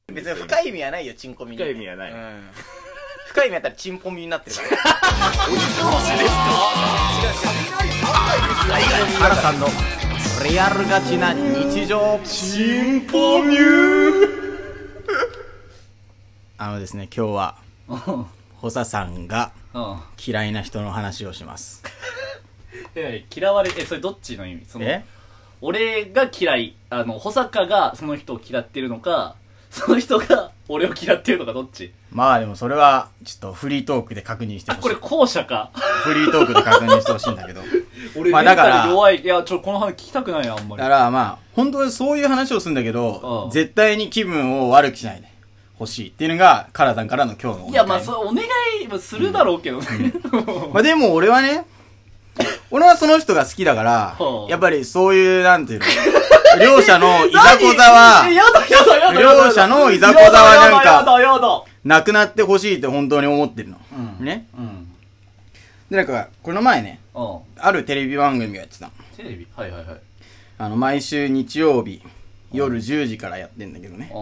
別に深い意味はないよ、チンコミに。 深い意味はない。 深い意味あったらチンポミになってるから。 おじさましですか？ 原さんのリアルガチな日常チンポミュー。ですね、今日はホサさんが嫌いな人の話をします。 嫌われそれどっちの意味？俺が嫌い、保坂がその人を嫌ってるのか、その人が俺を嫌ってるのか、どっち？ まあでもそれはちょっとフリートークで確認してほしい。 これ後者か。 フリートークで確認してほしいんだけど。 俺メンタル弱い。いや、この話聞きたくないな、あんまり。 だからまあ本当にそういう話をするんだけど、絶対に気分を悪くしないでほしいっていうのがカラさんからの今日のお願い。 いや、まあお願いするだろうけどね。 まあでも俺はその人が好きだから、やっぱりそういう、なんていうの、両者のいざこざは、両者のいざこざはなんか、なくなってほしいって本当に思ってるの。ね。で、なんか、この前ね、あるテレビ番組がやってたの。 テレビ？はいはいはい。 毎週日曜日、夜10時からやってんだけどね。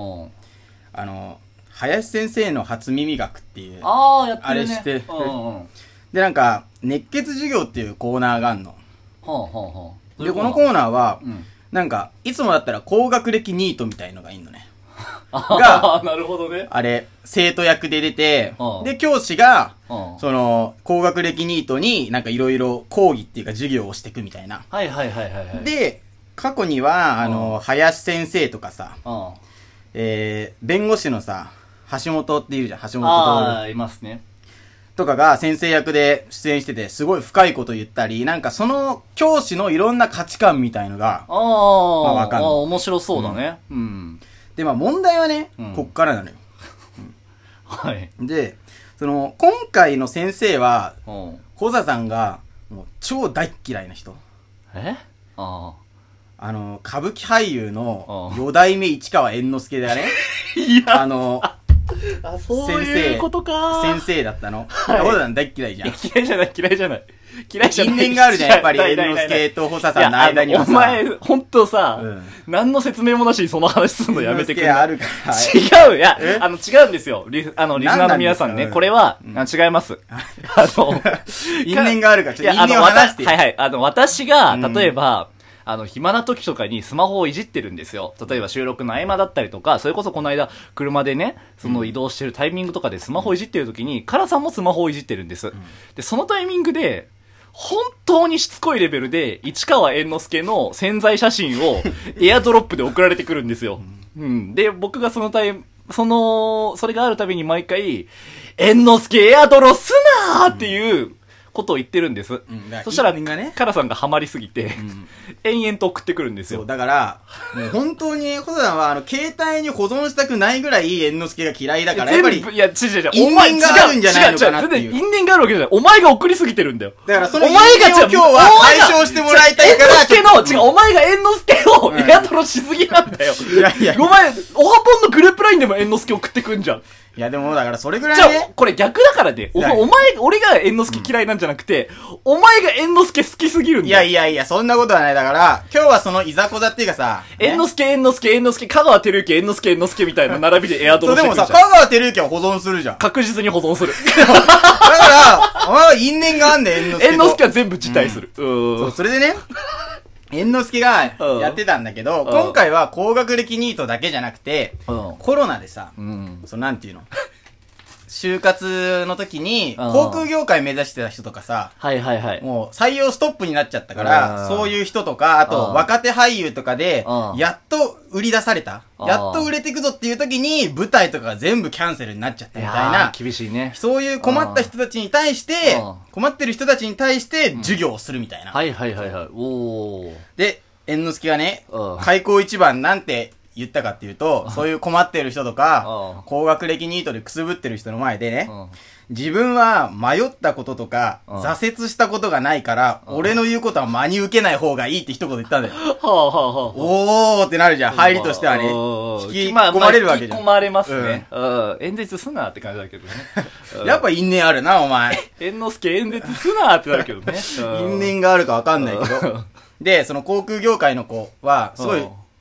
林先生の初耳学っていう、 やってるね。 あれして、で、なんか、熱血授業っていうコーナーがあんの。で、このコーナーは、なんか、いつもだったら高学歴ニートみたいのがいんのね。 が、なるほどね。 あれ、生徒役で出て、で、教師が、その、高学歴ニートになんかいろいろ講義っていうか授業をしていくみたいな。で、過去には、林先生とかさ、弁護士のさ、橋本っているじゃん、橋本徹。 いますね。 とかが先生役で出演してて、すごい深いこと言ったり、なんかその教師のいろんな価値観みたいのが、わかんない。 面白そうだね。 で、まあ問題はね、こっからなのよ。 はい。 で、今回の先生は、小座さんが、もう超大嫌いな人。歌舞伎俳優の四代目市川猿之助だね。 いや、そういうことか。 先生だったの。小座さん大嫌いじゃん。 嫌いじゃない。 因縁があるじゃん、やっぱり猿之助と保佐さんの間にはさ。 お前、ほんとさ、何の説明もなしにその話すんのやめてくれ。 あるから。 違う、いや、違うんですよ。リスナーの皆さんね、これは、違います。 因縁があるから、ちょっと因縁を話して。 はいはい。私が、例えば、暇な時とかにスマホをいじってるんですよ。例えば収録の合間だったりとか、それこそこの間、車でね、その移動してるタイミングとかでスマホをいじってる時に、カラさんもスマホをいじってるんです。で、そのタイミングで、本当にしつこいレベルで、市川猿之助の潜在写真をエアドロップで送られてくるんですよ。で、僕がそれがあるたびに毎回、猿之助エアドロすなーっていうことを言ってるんです。そしたら、カラさんがハマりすぎて、延々と送ってくるんですよ。 そう、だから、もう本当に、小田さんは、携帯に保存したくないぐらい猿之助が嫌いだから、やっぱり、 いや、違う、 因縁があるんじゃないのかなっていう。 因縁があるわけじゃない。お前が送りすぎてるんだよ。 だから、その因縁を今日は解消してもらいたいから、 お前が猿之助をエアトロしすぎなんだよ。いや、お前、オハポンのグループラインでも猿之助送ってくんじゃん。 いやでもだからそれぐらいね。 じゃあ、これ逆だからね。俺が猿之助嫌いなんじゃなくて、お前が猿之助好きすぎるんだよ。 いや、そんなことはない。だから、今日はそのいざこざっていうかさ、 猿之助、香川照之、猿之助みたいな並びでエアドロしてくるじゃん。 でもさ、香川照之は保存するじゃん。 確実に保存する。 だから、お前は因縁があんねん、猿之助。 猿之助は全部辞退する。 そう、それでね、猿之助がやってたんだけど、今回は高学歴ニートだけじゃなくて、コロナでさ、なんていうの就活の時に、航空業界目指してた人とかさ、もう採用ストップになっちゃったから、そういう人とか、あと若手俳優とかで、やっと売り出された。やっと売れていくぞっていう時に、舞台とかが全部キャンセルになっちゃったみたいな。 厳しいね。 そういう困った人たちに対して、困ってる人たちに対して授業をするみたいな。で、猿之助がね、開口一番なんて、言ったかっていうと、そういう困ってる人とか、高学歴ニートでくすぶってる人の前でね、自分は迷ったこととか、挫折したことがないから、俺の言うことは真に受けない方がいいって一言言ったんだよ。おーってなるじゃん、入りとしてはね。引き込まれるわけじゃん。 引き込まれますね。演説すなって感じだけどね。 やっぱ因縁あるな、お前。 猿之助演説すなってなるけどね。 因縁があるかわかんないけど。で、その航空業界の子は、すごい、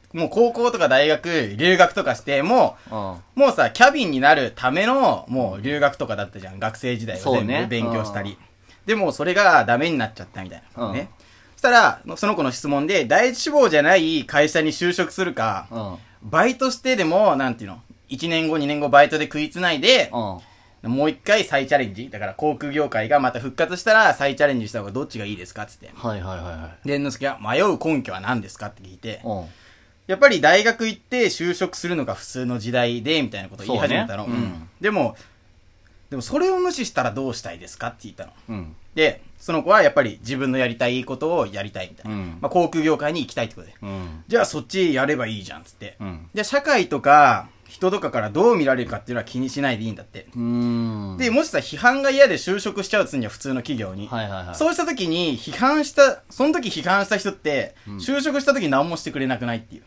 もう高校とか大学、留学とかして、もうさ、キャビンになるための、もう留学とかだったじゃん。学生時代は全部勉強したり。でもそれがダメになっちゃったみたいな。ね。そしたら、その子の質問で、第一志望じゃない会社に就職するか、バイトしてでも、なんていうの、1年後、2年後バイトで食いつないで、もう一回再チャレンジ。だから航空業界がまた復活したら再チャレンジした方がどっちがいいですかつって。で、猿之助が迷う根拠は何ですかって聞いて、やっぱり大学行って就職するのが普通の時代で、みたいなことを言い始めたの。でもそれを無視したらどうしたいですかって聞いたの。で、その子はやっぱり自分のやりたいことをやりたいみたいな。まあ航空業界に行きたいってことで。じゃあそっちやればいいじゃんつって。じゃあ社会とか人とかからどう見られるかっていうのは気にしないでいいんだって。で、もしさ、批判が嫌で就職しちゃうつには普通の企業に。そうした時にその時批判した人って、就職した時何もしてくれなくないっていう。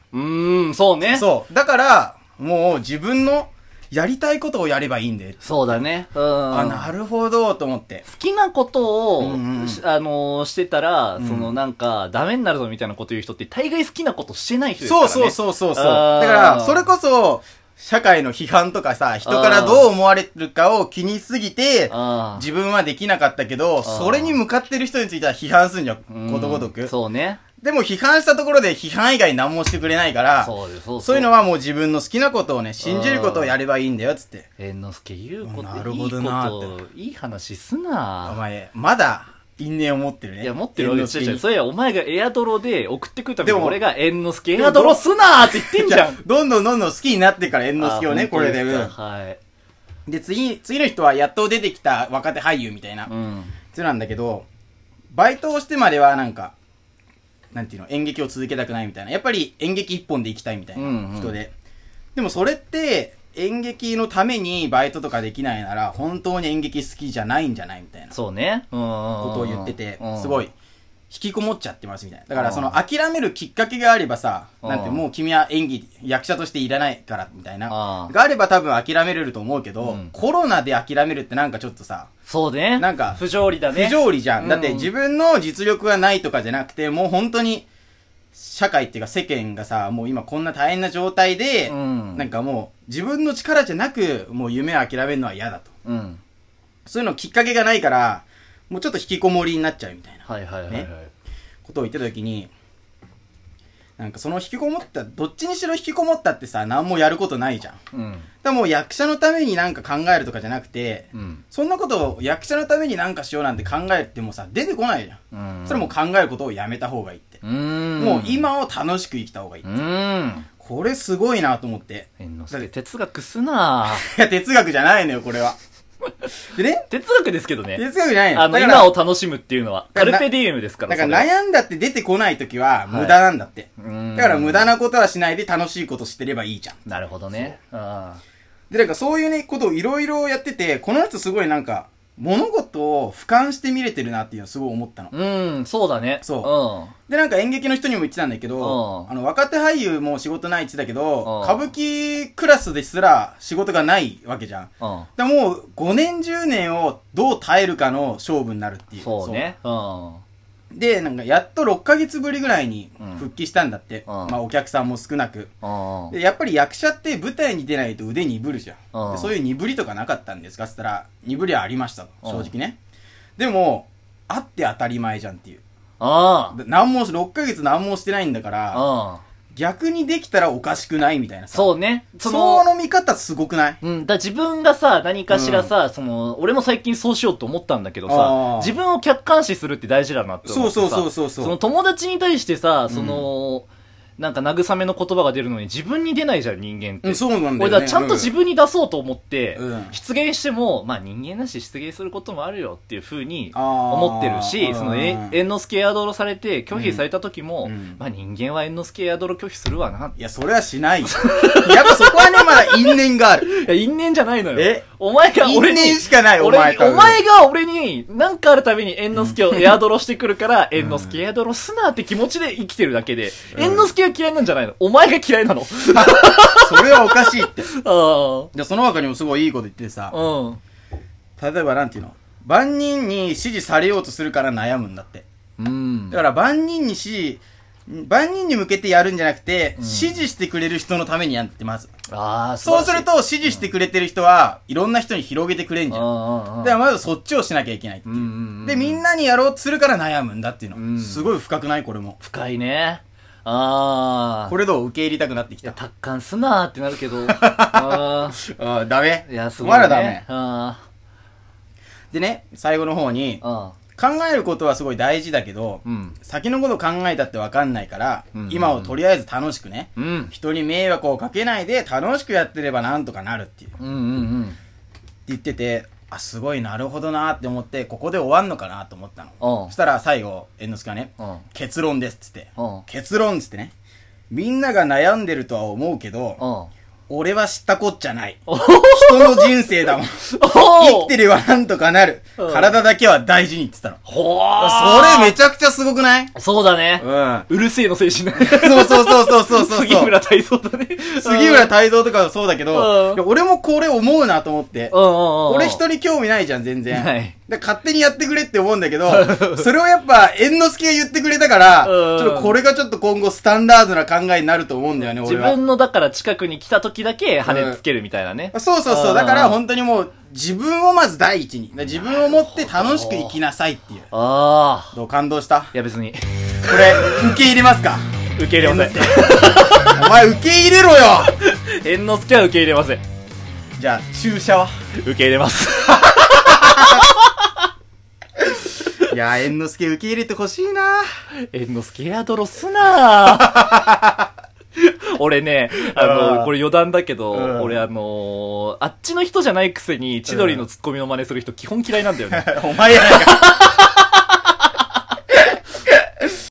そうね。 そう。だから、もう自分のやりたいことをやればいいんで。 そうだね。 なるほど、と思って。 好きなことを、してたら、なんか、ダメになるぞみたいなこと言う人って、大概好きなことしてない人ですからね。 そう。だから、それこそ、社会の批判とかさ、人からどう思われるかを気にしすぎて、自分はできなかったけど、それに向かってる人については批判するんじゃん、ことごとく。 そうね。 でも批判したところで批判以外何もしてくれないから、そういうのはもう自分の好きなことをね、信じることをやればいいんだよ、つって。 猿之助言うこといい話すな。 お前、まだ、因縁を持ってるね。 いや、持ってるわけですよ。それはお前がエアドロで送ってくるために俺が猿之助エアドロすなーって言ってんじゃん。 どんどん好きになってから猿之助をね、これで。はい。で、次の人はやっと出てきた若手俳優みたいな。人なんだけど、バイトをしてまではなんか、なんていうの、演劇を続けたくないみたいな。やっぱり演劇一本で行きたいみたいな人で。でもそれって、演劇のためにバイトとかできないなら、本当に演劇好きじゃないんじゃないみたいな。 そうね。 ことを言ってて、すごい、引きこもっちゃってますみたいな。だからその諦めるきっかけがあればさ、なんてもう君は役者としていらないからみたいな。があれば多分諦めれると思うけど、コロナで諦めるってなんかちょっとさ、 そうね。なんか、不条理だね。 不条理じゃん。だって自分の実力がないとかじゃなくて、もう本当に、社会っていうか世間がさ、もう今こんな大変な状態で、なんかもう自分の力じゃなく、もう夢を諦めるのは嫌だと。そういうのきっかけがないから、もうちょっと引きこもりになっちゃうみたいな。ね。ことを言ってた時に、なんかその引きこもった、どっちにしろ引きこもったってさ、何もやることないじゃん。だからもう役者のためになんか考えるとかじゃなくて、そんなことを役者のためになんかしようなんて考えてもさ、出てこないじゃん。それもう考えることをやめた方がいいって。もう今を楽しく生きた方がいいって。これすごいなと思って。 哲学すなぁ。 いや、哲学じゃないのよ、これは。でね。 哲学ですけどね。 哲学じゃないの。今を楽しむっていうのは。カルペディエムですから。 だから悩んだって出てこないときは無駄なんだって。だから無駄なことはしないで楽しいことしてればいいじゃん。 なるほどね。 で、なんかそういうね、ことをいろいろやってて、このやつすごいなんか、物事を俯瞰して見れてるなっていうのをすごい思ったの。 そうだね。 そう。で、なんか演劇の人にも言ってたんだけど、若手俳優も仕事ないって言ってたけど、歌舞伎クラスですら仕事がないわけじゃん。でもう5年10年をどう耐えるかの勝負になるっていう。 そうね。 で、なんかやっと6ヶ月ぶりぐらいに復帰したんだって。まあお客さんも少なく。で、やっぱり役者って舞台に出ないと腕鈍るじゃん。でそういう鈍りとかなかったんですかって言ったら、鈍りはありましたと。正直ね。でも、あって当たり前じゃんっていう。6ヶ月何もしてないんだから、逆にできたらおかしくないみたいなさ。 そうね。 その見方すごくない？ 自分がさ、何かしらさ、俺も最近そうしようと思ったんだけどさ、自分を客観視するって大事だなって思ってさ。そう。その友達に対してさ、なんか慰めの言葉が出るのに自分に出ないじゃん、人間って。 そうなんだよね。 俺だちゃんと自分に出そうと思って、出現しても、まあ人間だし出現することもあるよっていう風に思ってるし、猿之助エアドロされて拒否された時も、まあ人間は猿之助エアドロ拒否するわな。 いや、それはしない。やっぱそこはね、まだ因縁がある。 いや、因縁じゃないのよ。お前が俺に、 因縁しかない、お前が俺に、なんかあるたびに猿之助をエアドロしてくるから、猿之助エアドロすなって気持ちで生きてるだけで、猿之助が嫌いなんじゃないの？お前が嫌いなの。それはおかしいって。じゃあその他にもすごいいいこと言ってさ、例えばなんていうの？万人に支持されようとするから悩むんだって。だから万人に支持、 万人に向けてやるんじゃなくて、支持してくれる人のためにやってます。そうすると、支持してくれてる人は、いろんな人に広げてくれんじゃん。だからまずそっちをしなきゃいけないっていう。で、みんなにやろうとするから悩むんだっていうの。すごい深くないこれも。 深いね。 これどう受け入れたくなってきた。 達観すなーってなるけど。 ダメ。 いや、すごい、ね。 まだダメ。でね、最後の方に、考えることはすごい大事だけど、先のこと考えたってわかんないから、今をとりあえず楽しくね、人に迷惑をかけないで楽しくやってればなんとかなるっていう。って言ってて、すごいなるほどなって思って、ここで終わんのかなと思ったの。そしたら最後、猿之助がね、結論ですっつって、結論っつってね、みんなが悩んでるとは思うけど、俺は知ったこっちゃない。人の人生だもん。生きてればなんとかなる。体だけは大事にって言ったの。それめちゃくちゃすごくない？ そうだね。うるせえの精神だね。 そう。 杉村太蔵だね。 杉村太蔵とかそうだけど、俺もこれ思うなと思って。俺人に興味ないじゃん、全然。勝手にやってくれって思うんだけど、それをやっぱ猿之助が言ってくれたから、ちょっとこれがちょっと今後スタンダードな考えになると思うんだよね、俺は。 自分のだから近くに来た時だけ羽つけるみたいなね。 そう。だから本当にもう自分をまず第一に。自分を持って楽しく生きなさいっていう。どう感動した？ いや別に。 これ、受け入れますか？ 受け入れません。 お前受け入れろよ！ 猿之助は受け入れません。 じゃあ、注射は？ 受け入れます。 いやー、猿之助受け入れてほしいな。 猿之助エアドロすなー。俺ね、これ余談だけど、俺あっちの人じゃないくせに千鳥のツッコミの真似する人基本嫌いなんだよね。 お前やないか。